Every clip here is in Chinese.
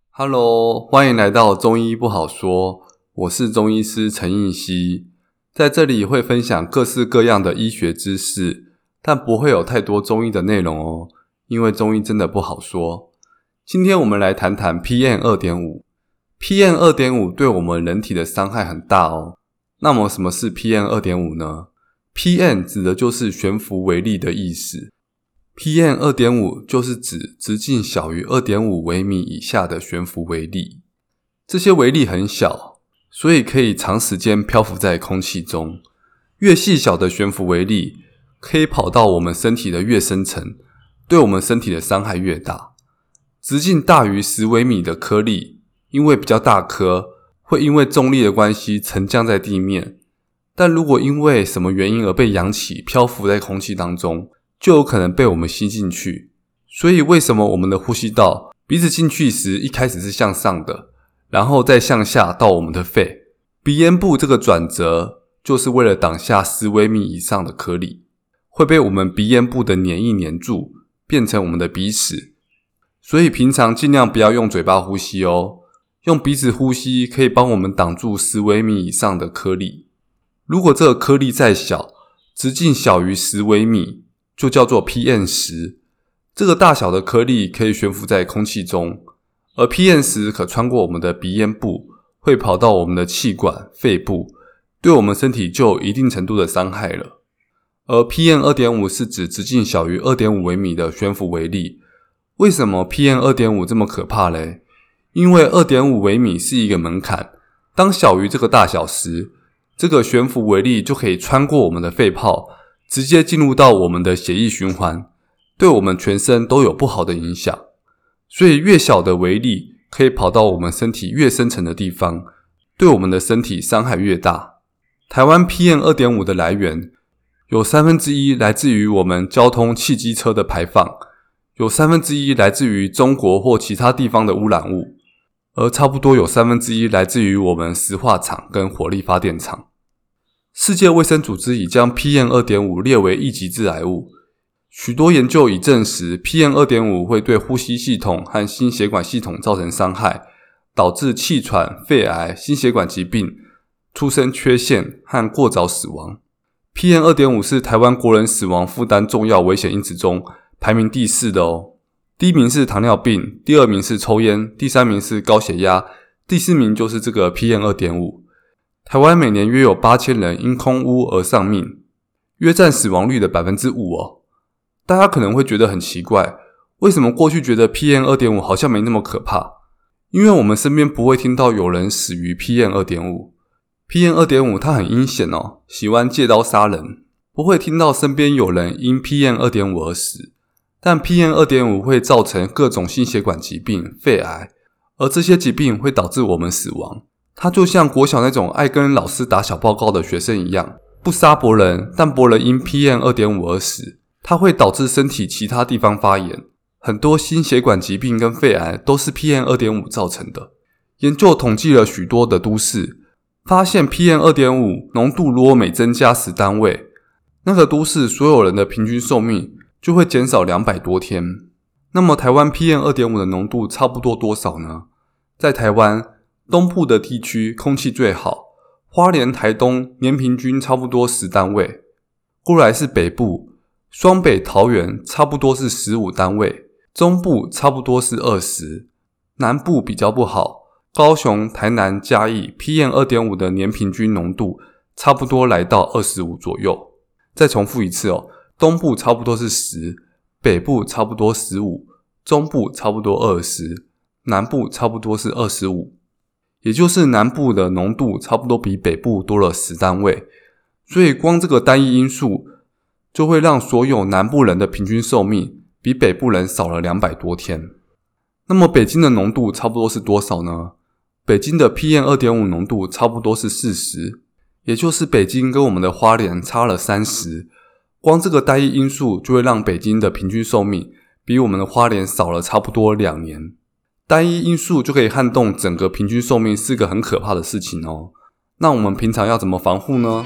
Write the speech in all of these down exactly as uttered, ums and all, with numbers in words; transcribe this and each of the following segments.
Hello， 欢迎来到中医不好说，我是中医师陈应希，在这里会分享各式各样的医学知识，但不会有太多中医的内容哦，因为中医真的不好说。今天我们来谈谈 P M 二点五。P M 二点五 对我们人体的伤害很大哦。那么什么是 P M 二点五 呢？ P M 指的就是悬浮微粒的意思。P M 二点五 就是指直径小于 二点五 微米以下的悬浮微粒。这些微粒很小，所以可以长时间漂浮在空气中。越细小的悬浮微粒可以跑到我们身体的越深层，对我们身体的伤害越大。直径大于十微米的颗粒，因为比较大颗，会因为重力的关系沉降在地面。但如果因为什么原因而被扬起，漂浮在空气当中，就有可能被我们吸进去。所以为什么我们的呼吸道鼻子进去时一开始是向上的，然后再向下到我们的肺？鼻咽部这个转折就是为了挡下十微米以上的颗粒，会被我们鼻咽部的黏液黏住，变成我们的鼻屎。所以平常尽量不要用嘴巴呼吸哦，用鼻子呼吸可以帮我们挡住十微米以上的颗粒。如果这个颗粒再小，直径小于十微米，就叫做 P M 十。 这个大小的颗粒可以悬浮在空气中，而 P M 十 可穿过我们的鼻咽部，会跑到我们的气管、肺部，对我们身体就有一定程度的伤害了。而 P M 二点五 是指直径小于 二点五 微米的悬浮微粒。为什么 P M 二点五 这么可怕嘞？因为 二点五 微米是一个门槛，当小于这个大小时，这个悬浮微粒就可以穿过我们的肺泡，直接进入到我们的血液循环，对我们全身都有不好的影响。所以越小的微粒可以跑到我们身体越深层的地方，对我们的身体伤害越大。台湾 P M 二点五 的来源有三分之一来自于我们交通汽机车的排放，有三分之一来自于中国或其他地方的污染物，而差不多有三分之一来自于我们石化厂跟火力发电厂。世界卫生组织已将 P M 二点五 列为一级致癌物。许多研究已证实 P M 二点五 会对呼吸系统和心血管系统造成伤害，导致气喘、肺癌、心血管疾病、出生缺陷和过早死亡。 P M 二点五 是台湾国人死亡负担重要危险因子中排名第四的哦。第一名是糖尿病，第二名是抽烟，第三名是高血压，第四名就是这个 P M 二点五。 台湾每年约有八千人因空污而丧命，约占死亡率的 百分之五 哦。大家可能会觉得很奇怪，为什么过去觉得 P M 二点五 好像没那么可怕？因为我们身边不会听到有人死于 P M 二点五。 P M 二点五 它很阴险哦，喜欢借刀杀人，不会听到身边有人因 P M 二点五 而死。但 P M 二点五 会造成各种心血管疾病、肺癌，而这些疾病会导致我们死亡。它就像国小那种爱跟老师打小报告的学生一样，不杀伯仁，但伯仁因 P M 二点五 而死。它会导致身体其他地方发炎，很多心血管疾病跟肺癌都是 P M 二点五 造成的。研究统计了许多的都市，发现 P M 二点五 浓度如果每增加十单位，那个都市所有人的平均寿命就会减少两百多天。那么台湾 P M 二点五 的浓度差不多多少呢？在台湾东部的地区空气最好，花莲、台东年平均差不多十单位，过来是北部，双北、桃园差不多是十五单位，中部差不多是二十，南部比较不好，高雄、台南、嘉义 P M 二点五 的年平均浓度差不多来到二十五左右。再重复一次哦，东部差不多是十，北部差不多十五，中部差不多二十，南部差不多是二十五。也就是南部的浓度差不多比北部多了十单位，所以光这个单一因素就会让所有南部人的平均寿命比北部人少了两百多天。那么北京的浓度差不多是多少呢？北京的 P M 二点五 浓度差不多是四十，也就是北京跟我们的花莲差了三十。光这个单一因素就会让北京的平均寿命比我们的花莲少了差不多两年。单一因素就可以撼动整个平均寿命，是个很可怕的事情哦。那我们平常要怎么防护呢？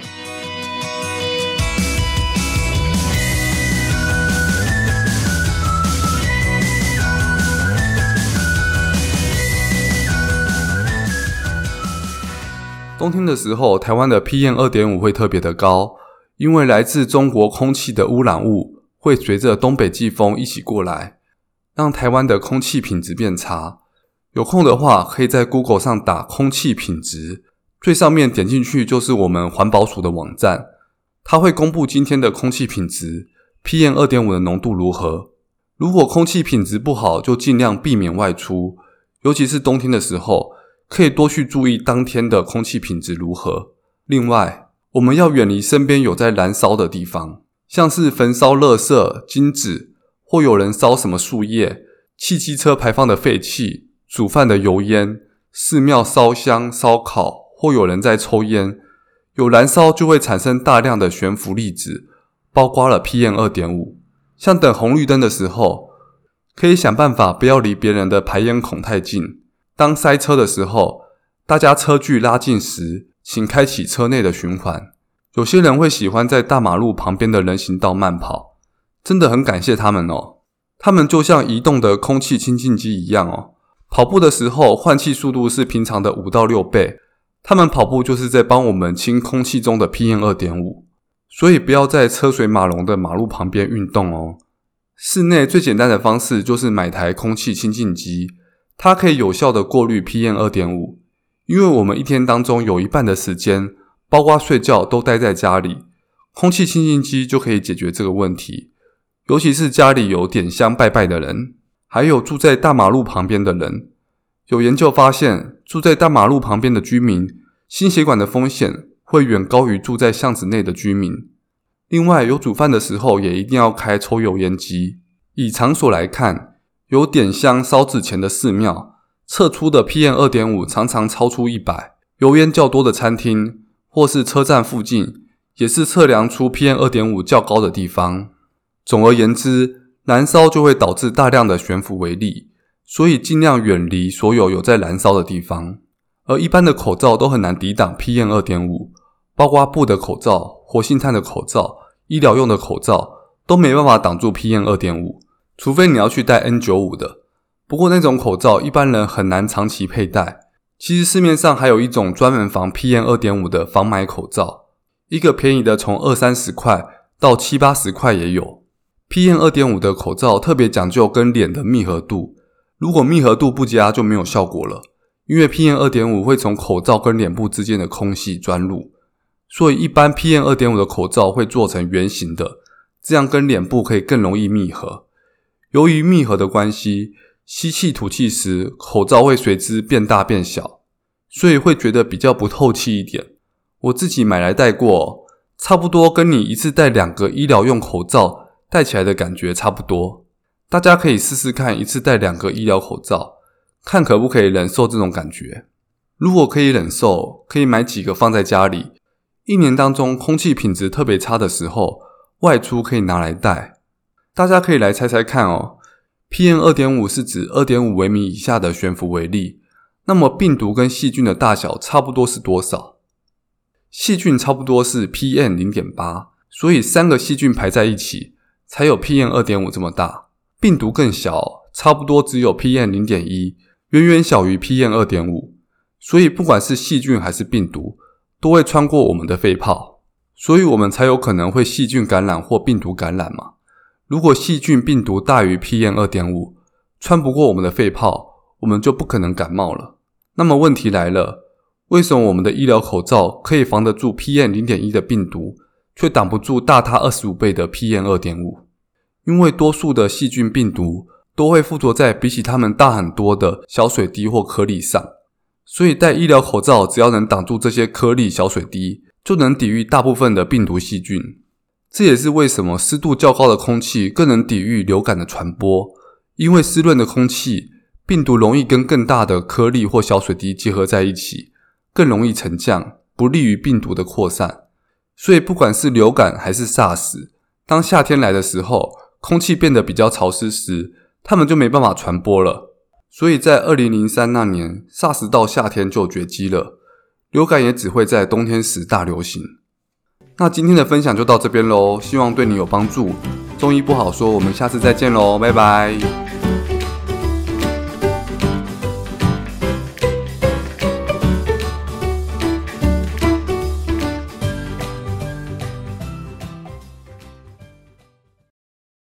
冬天的时候，台湾的 P M 二点五 会特别的高，因为来自中国空气的污染物会随着东北季风一起过来，让台湾的空气品质变差。有空的话，可以在 Google 上打空气品质，最上面点进去就是我们环保署的网站，它会公布今天的空气品质 P M 二点五 的浓度如何。如果空气品质不好，就尽量避免外出，尤其是冬天的时候，可以多去注意当天的空气品质如何。另外，我们要远离身边有在燃烧的地方，像是焚烧垃圾、金纸，或有人烧什么树叶、汽机车排放的废气、煮饭的油烟、寺庙烧香、烧烤，或有人在抽烟。有燃烧就会产生大量的悬浮粒子，包括了 P M 二点五。像等红绿灯的时候，可以想办法不要离别人的排烟孔太近。当塞车的时候，大家车距拉近时，请开启车内的循环。有些人会喜欢在大马路旁边的人行道慢跑，真的很感谢他们哦。他们就像移动的空气清净机一样哦。跑步的时候，换气速度是平常的五到六倍，他们跑步就是在帮我们清空气中的 P M 二点五。所以不要在车水马龙的马路旁边运动哦。室内最简单的方式就是买台空气清净机，它可以有效的过滤 P M 二点五。因为我们一天当中有一半的时间，包括睡觉都待在家里，空气清净机就可以解决这个问题。尤其是家里有点香拜拜的人，还有住在大马路旁边的人。有研究发现，住在大马路旁边的居民，心血管的风险会远高于住在巷子内的居民。另外，有煮饭的时候也一定要开抽油烟机。以场所来看，有点香烧纸钱的寺庙，测出的 P M 二点五 常常超出一百。油烟较多的餐厅或是车站附近，也是测量出 P M 二点五 较高的地方。总而言之，燃烧就会导致大量的悬浮微粒，所以尽量远离所有有在燃烧的地方。而一般的口罩都很难抵挡 P M 二点五， 包括布的口罩、活性炭的口罩、医疗用的口罩都没办法挡住 P M 二点五， 除非你要去戴 N 九十五 的。不过那种口罩一般人很难长期佩戴。其实市面上还有一种专门防 P M 二点五 的防霾口罩，一个便宜的从二三十块到七八十块也有。P M 二点五 的口罩特别讲究跟脸的密合度，如果密合度不佳就没有效果了，因为 P M 二点五 会从口罩跟脸部之间的空隙钻入，所以一般 P M 二点五 的口罩会做成圆形的，这样跟脸部可以更容易密合。由于密合的关系，吸气吐气时口罩会随之变大变小，所以会觉得比较不透气一点。我自己买来戴过，差不多跟你一次戴两个医疗用口罩戴起来的感觉差不多。大家可以试试看一次戴两个医疗口罩，看可不可以忍受这种感觉。如果可以忍受，可以买几个放在家里，一年当中空气品质特别差的时候，外出可以拿来戴。大家可以来猜猜看哦， P M 二点五 是指 二点五 微米以下的悬浮微粒，那么病毒跟细菌的大小差不多是多少？细菌差不多是 P M 零点八， 所以三个细菌排在一起才有 P M 二点五 这么大。病毒更小，差不多只有 P M 零点一， 远远小于 P M 二点五， 所以不管是细菌还是病毒都会穿过我们的肺泡，所以我们才有可能会细菌感染或病毒感染嘛。如果细菌病毒大于 P M 二点五， 穿不过我们的肺泡，我们就不可能感冒了。那么问题来了，为什么我们的医疗口罩可以防得住 P M 零点一 的病毒，却挡不住大它二十五倍的 P M 二点五？ 因为多数的细菌病毒都会附着在比起它们大很多的小水滴或颗粒上，所以戴医疗口罩只要能挡住这些颗粒小水滴，就能抵御大部分的病毒细菌。这也是为什么湿度较高的空气更能抵御流感的传播，因为湿润的空气，病毒容易跟更大的颗粒或小水滴结合在一起，更容易沉降，不利于病毒的扩散。所以不管是流感还是 SARS， 当夏天来的时候，空气变得比较潮湿时，它们就没办法传播了。所以在二零零三那年 SARS 到夏天就绝迹了，流感也只会在冬天时大流行。那今天的分享就到这边咯，希望对你有帮助。中医不好说，我们下次再见咯，拜拜。